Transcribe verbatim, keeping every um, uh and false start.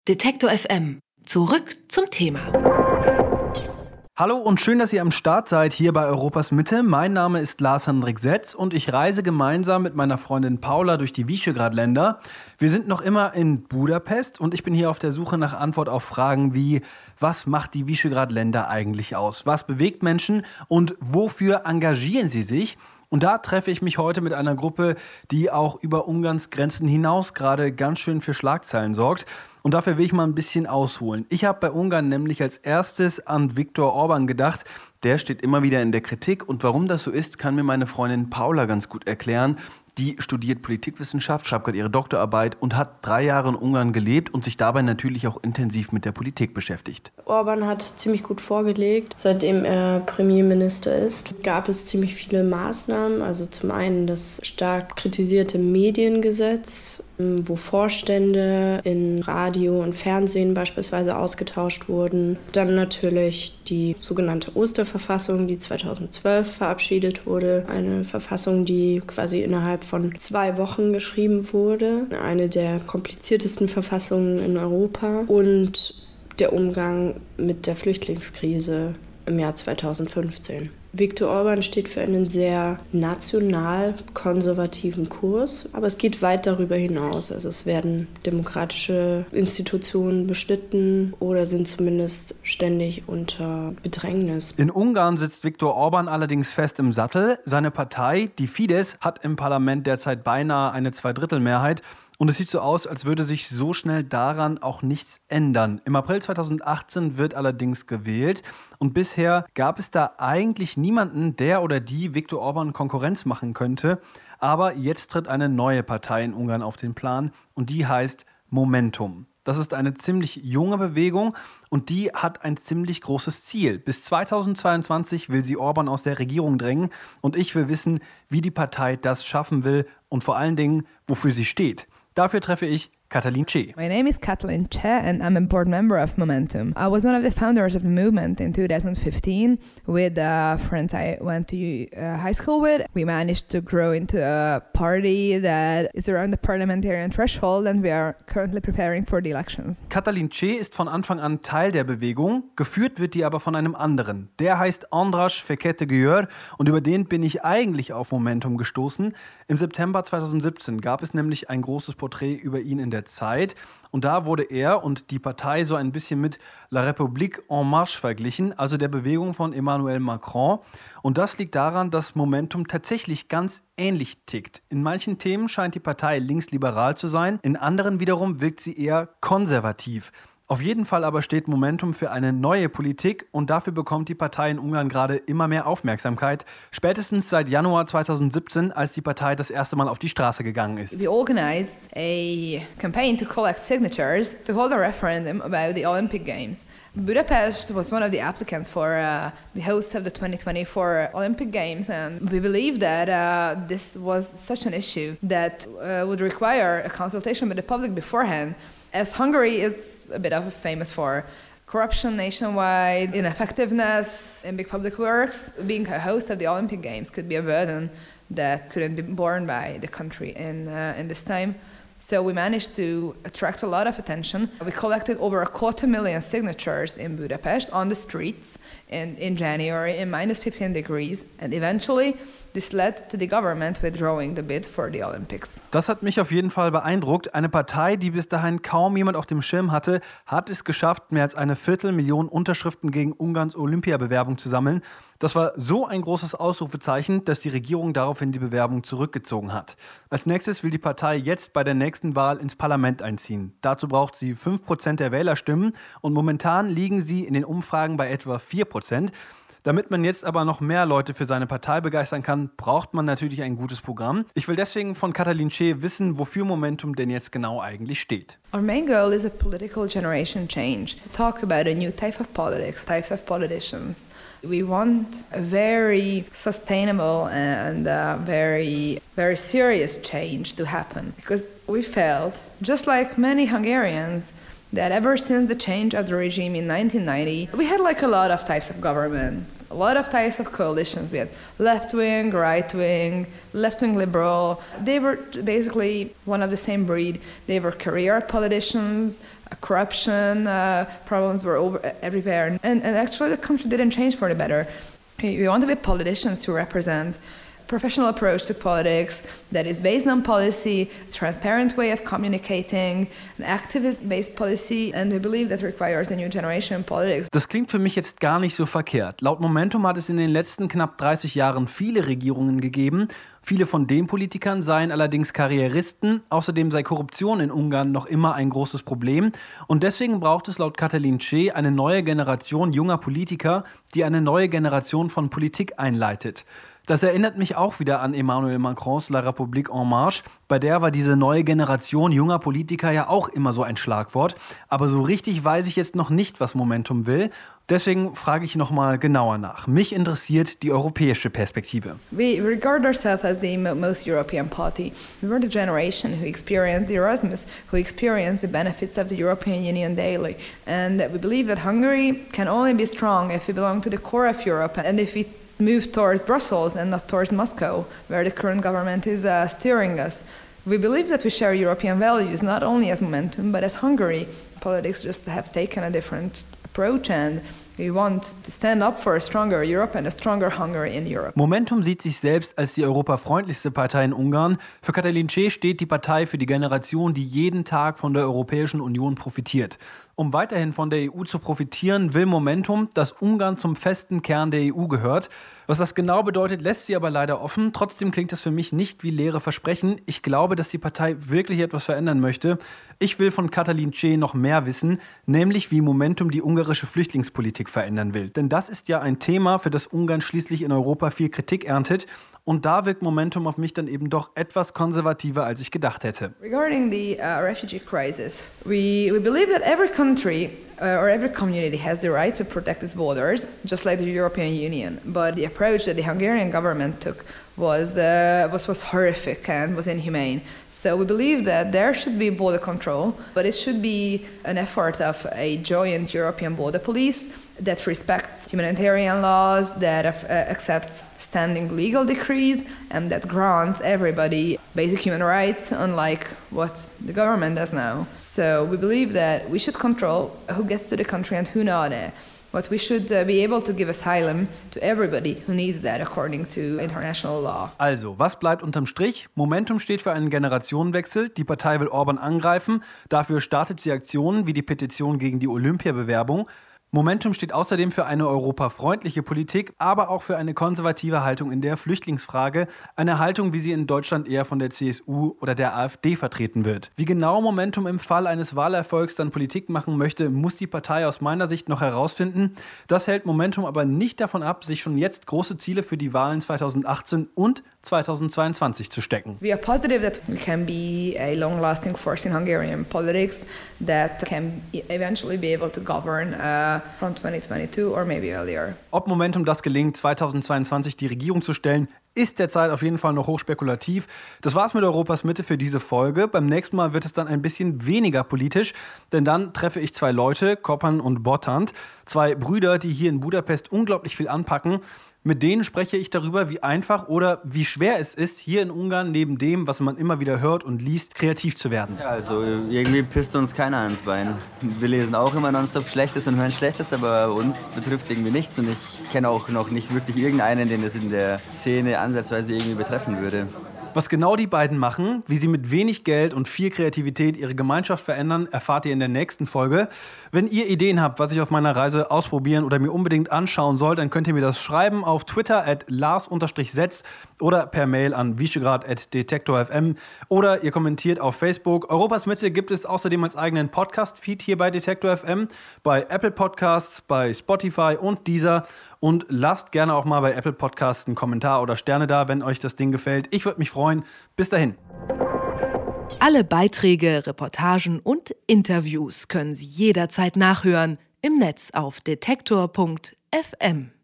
Detektor F M. Zurück zum Thema. Hallo und schön, dass ihr am Start seid hier bei Europas Mitte. Mein Name ist Lars-Hendrik Setz und ich reise gemeinsam mit meiner Freundin Paula durch die Visegrad-Länder. Wir sind noch immer in Budapest und ich bin hier auf der Suche nach Antwort auf Fragen wie: Was macht die Visegrad-Länder eigentlich aus? Was bewegt Menschen und wofür engagieren sie sich? Und da treffe ich mich heute mit einer Gruppe, die auch über Ungarns Grenzen hinaus gerade ganz schön für Schlagzeilen sorgt. Und dafür will ich mal ein bisschen ausholen. Ich habe bei Ungarn nämlich als erstes an Viktor Orbán gedacht. Der steht immer wieder in der Kritik. Und warum das so ist, kann mir meine Freundin Paula ganz gut erklären. Die studiert Politikwissenschaft, schreibt gerade ihre Doktorarbeit und hat drei Jahre in Ungarn gelebt und sich dabei natürlich auch intensiv mit der Politik beschäftigt. Orbán hat ziemlich gut vorgelegt. Seitdem er Premierminister ist, gab es ziemlich viele Maßnahmen. Also zum einen das stark kritisierte Mediengesetz, wo Vorstände in Radio und Fernsehen beispielsweise ausgetauscht wurden. Dann natürlich die sogenannte Osterverfassung, die zweitausendzwölf verabschiedet wurde. Eine Verfassung, die quasi innerhalb von zwei Wochen geschrieben wurde. Eine der kompliziertesten Verfassungen in Europa. Und der Umgang mit der Flüchtlingskrise im Jahr zweitausendfünfzehn. Viktor Orbán steht für einen sehr national-konservativen Kurs, aber es geht weit darüber hinaus. Also es werden demokratische Institutionen beschnitten oder sind zumindest ständig unter Bedrängnis. In Ungarn sitzt Viktor Orbán allerdings fest im Sattel. Seine Partei, die Fidesz, hat im Parlament derzeit beinahe eine Zweidrittelmehrheit. Und es sieht so aus, als würde sich so schnell daran auch nichts ändern. Im April zweitausendachtzehn wird allerdings gewählt. Und bisher gab es da eigentlich niemanden, der oder die Viktor Orbán Konkurrenz machen könnte. Aber jetzt tritt eine neue Partei in Ungarn auf den Plan und die heißt Momentum. Das ist eine ziemlich junge Bewegung und die hat ein ziemlich großes Ziel. Bis zweitausendzweiundzwanzig will sie Orbán aus der Regierung drängen und ich will wissen, wie die Partei das schaffen will und vor allen Dingen, wofür sie steht. Dafür treffe ich Katalin Cseh. My name is Katalin Cseh and I'm a board member of Momentum. I was one of the founders of the movement in two thousand fifteen with uh, friends I went to uh, high school with. We managed to grow into a party that is around the parliamentarian threshold and we are currently preparing for the elections. Katalin Cseh ist von Anfang an Teil der Bewegung, geführt wird die aber von einem anderen. Der heißt András Fekete-Győr und über den bin ich eigentlich auf Momentum gestoßen. Im September zweitausendsiebzehn gab es nämlich ein großes Porträt über ihn in der Zeit und da wurde er und die Partei so ein bisschen mit La République en Marche verglichen, also der Bewegung von Emmanuel Macron. Und das liegt daran, dass Momentum tatsächlich ganz ähnlich tickt. In manchen Themen scheint die Partei linksliberal zu sein, in anderen wiederum wirkt sie eher konservativ. Auf jeden Fall aber steht Momentum für eine neue Politik und dafür bekommt die Partei in Ungarn gerade immer mehr Aufmerksamkeit. Spätestens seit Januar zweitausendsiebzehn, als die Partei das erste Mal auf die Straße gegangen ist. We organized a campaign to collect signatures to hold a referendum about the Olympic Games. Budapest was one of the applicants for uh, the host of the twenty twenty-four Olympic Games, and we believe that uh, this was such an issue that uh, would require a consultation with the public beforehand. As Hungary is a bit of famous for corruption nationwide, ineffectiveness in big public works, being a host of the Olympic Games could be a burden that couldn't be borne by the country in uh, in this time. So we managed to attract a lot of attention. We collected over a quarter million signatures in Budapest on the streets in, in January in minus fifteen degrees, and eventually this led to the government withdrawing the bid for the Olympics. Das hat mich auf jeden Fall beeindruckt. Eine Partei, die bis dahin kaum jemand auf dem Schirm hatte, hat es geschafft, mehr als eine Viertelmillion Unterschriften gegen Ungarns Olympiabewerbung zu sammeln. Das war so ein großes Ausrufezeichen, dass die Regierung daraufhin die Bewerbung zurückgezogen hat. Als nächstes will die Partei jetzt bei der nächsten Wahl ins Parlament einziehen. Dazu braucht sie fünf Prozent der Wählerstimmen und momentan liegen sie in den Umfragen bei etwa vier Prozent. Damit man jetzt aber noch mehr Leute für seine Partei begeistern kann, braucht man natürlich ein gutes Programm. Ich will deswegen von Katalin Cseh wissen, wofür Momentum denn jetzt genau eigentlich steht. Our main goal is a political generation change, to talk about a new type of politics, types of politicians. We want a very sustainable and uh, very, very serious change to happen, because we felt, just like many Hungarians, that ever since the change of the regime in nineteen ninety, we had like a lot of types of governments, a lot of types of coalitions. We had left-wing, right-wing, left-wing liberal. They were basically one of the same breed. They were career politicians, corruption uh, problems were over everywhere. And, and actually the country didn't change for the better. We want to be politicians who represent professional approach to politics that is based on policy, transparent way of communicating, an activist-based policy, and we believe that requires a new generation in politics. Das klingt für mich jetzt gar nicht so verkehrt. Laut Momentum hat es in den letzten knapp dreißig Jahren viele Regierungen gegeben. Viele von den Politikern seien allerdings Karrieristen. Außerdem sei Korruption in Ungarn noch immer ein großes Problem. Und deswegen braucht es laut Katalin Cseh eine neue Generation junger Politiker, die eine neue Generation von Politik einleitet. Das erinnert mich auch wieder an Emmanuel Macrons La République en Marche. Bei der war diese neue Generation junger Politiker ja auch immer so ein Schlagwort. Aber so richtig weiß ich jetzt noch nicht, was Momentum will. Deswegen frage ich noch mal genauer nach. Mich interessiert die europäische Perspektive. We regard ourselves as the most European party. We were the generation who experienced the Erasmus, who experienced the benefits of the European Union daily. And we believe that Hungary can only be strong if we belong to the core of Europe and if we move towards Brussels and not towards Moscow, where the current government is uh, steering us. We believe that we share European values, not only as Momentum, but as Hungary. Politics just have taken a different approach, and we want to stand up for a stronger Europe and a stronger Hungary in Europe. Momentum sieht sich selbst als die europafreundlichste Partei in Ungarn. Für Katalin Cseh steht die Partei für die Generation, die jeden Tag von der Europäischen Union profitiert. Um weiterhin von der E U zu profitieren, will Momentum, dass Ungarn zum festen Kern der E U gehört. Was das genau bedeutet, lässt sie aber leider offen. Trotzdem klingt das für mich nicht wie leere Versprechen. Ich glaube, dass die Partei wirklich etwas verändern möchte. Ich will von Katalin Cseh noch mehr wissen, nämlich wie Momentum die ungarische Flüchtlingspolitik verändern will. Denn das ist ja ein Thema, für das Ungarn schließlich in Europa viel Kritik erntet. Und da wirkt Momentum auf mich dann eben doch etwas konservativer, als ich gedacht hätte. Regarding the uh, refugee crisis, we, we believe that every country uh, or every community has the right to protect its borders, just like the European Union. But the approach that the Hungarian government took was, uh, was, was horrific and was inhumane. So we believe that there should be border control, but it should be an effort of a joint European border police that respects humanitarian laws, that uh, accepts standing legal decrees, and that grants everybody basic human rights, unlike what the government does now. So we believe that we should control who gets to the country and who not. But we should uh, be able to give asylum to everybody who needs that according to international law. Also, was bleibt unterm Strich? Momentum steht für einen Generationenwechsel. Die Partei will Orban angreifen. Dafür startet sie Aktionen wie die Petition gegen die Olympiabewerbung. Momentum steht außerdem für eine europafreundliche Politik, aber auch für eine konservative Haltung in der Flüchtlingsfrage. Eine Haltung, wie sie in Deutschland eher von der C S U oder der AfD vertreten wird. Wie genau Momentum im Fall eines Wahlerfolgs dann Politik machen möchte, muss die Partei aus meiner Sicht noch herausfinden. Das hält Momentum aber nicht davon ab, sich schon jetzt große Ziele für die Wahlen zweitausendachtzehn und zweitausendzweiundzwanzig zu stecken. We are positive that we can be a long-lasting force in Hungarian politics that can eventually be able to govern uh, from twenty twenty-two or maybe earlier. Ob Momentum das gelingt, zweitausendzweiundzwanzig die Regierung zu stellen, ist derzeit auf jeden Fall noch hochspekulativ. Das war's mit Europas Mitte für diese Folge. Beim nächsten Mal wird es dann ein bisschen weniger politisch, denn dann treffe ich zwei Leute, Kopan und Bottant, zwei Brüder, die hier in Budapest unglaublich viel anpacken. Mit denen spreche ich darüber, wie einfach oder wie schwer es ist, hier in Ungarn neben dem, was man immer wieder hört und liest, kreativ zu werden. Ja, also irgendwie pisst uns keiner ans Bein. Wir lesen auch immer nonstop Schlechtes und hören Schlechtes, aber uns betrifft irgendwie nichts und ich kenne auch noch nicht wirklich irgendeinen, den es in der Szene ansatzweise irgendwie betreffen würde. Was genau die beiden machen, wie sie mit wenig Geld und viel Kreativität ihre Gemeinschaft verändern, erfahrt ihr in der nächsten Folge. Wenn ihr Ideen habt, was ich auf meiner Reise ausprobieren oder mir unbedingt anschauen soll, dann könnt ihr mir das schreiben auf Twitter at lars setz oder per Mail an visegrad at detektor punkt f m oder ihr kommentiert auf Facebook. Europas Mitte gibt es außerdem als eigenen Podcast-Feed hier bei Detektor F M, bei Apple Podcasts, bei Spotify und Deezer. Und lasst gerne auch mal bei Apple Podcasts einen Kommentar oder Sterne da, wenn euch das Ding gefällt. Ich würde mich freuen. Bis dahin. Alle Beiträge, Reportagen und Interviews können Sie jederzeit nachhören im Netz auf detektor punkt f m.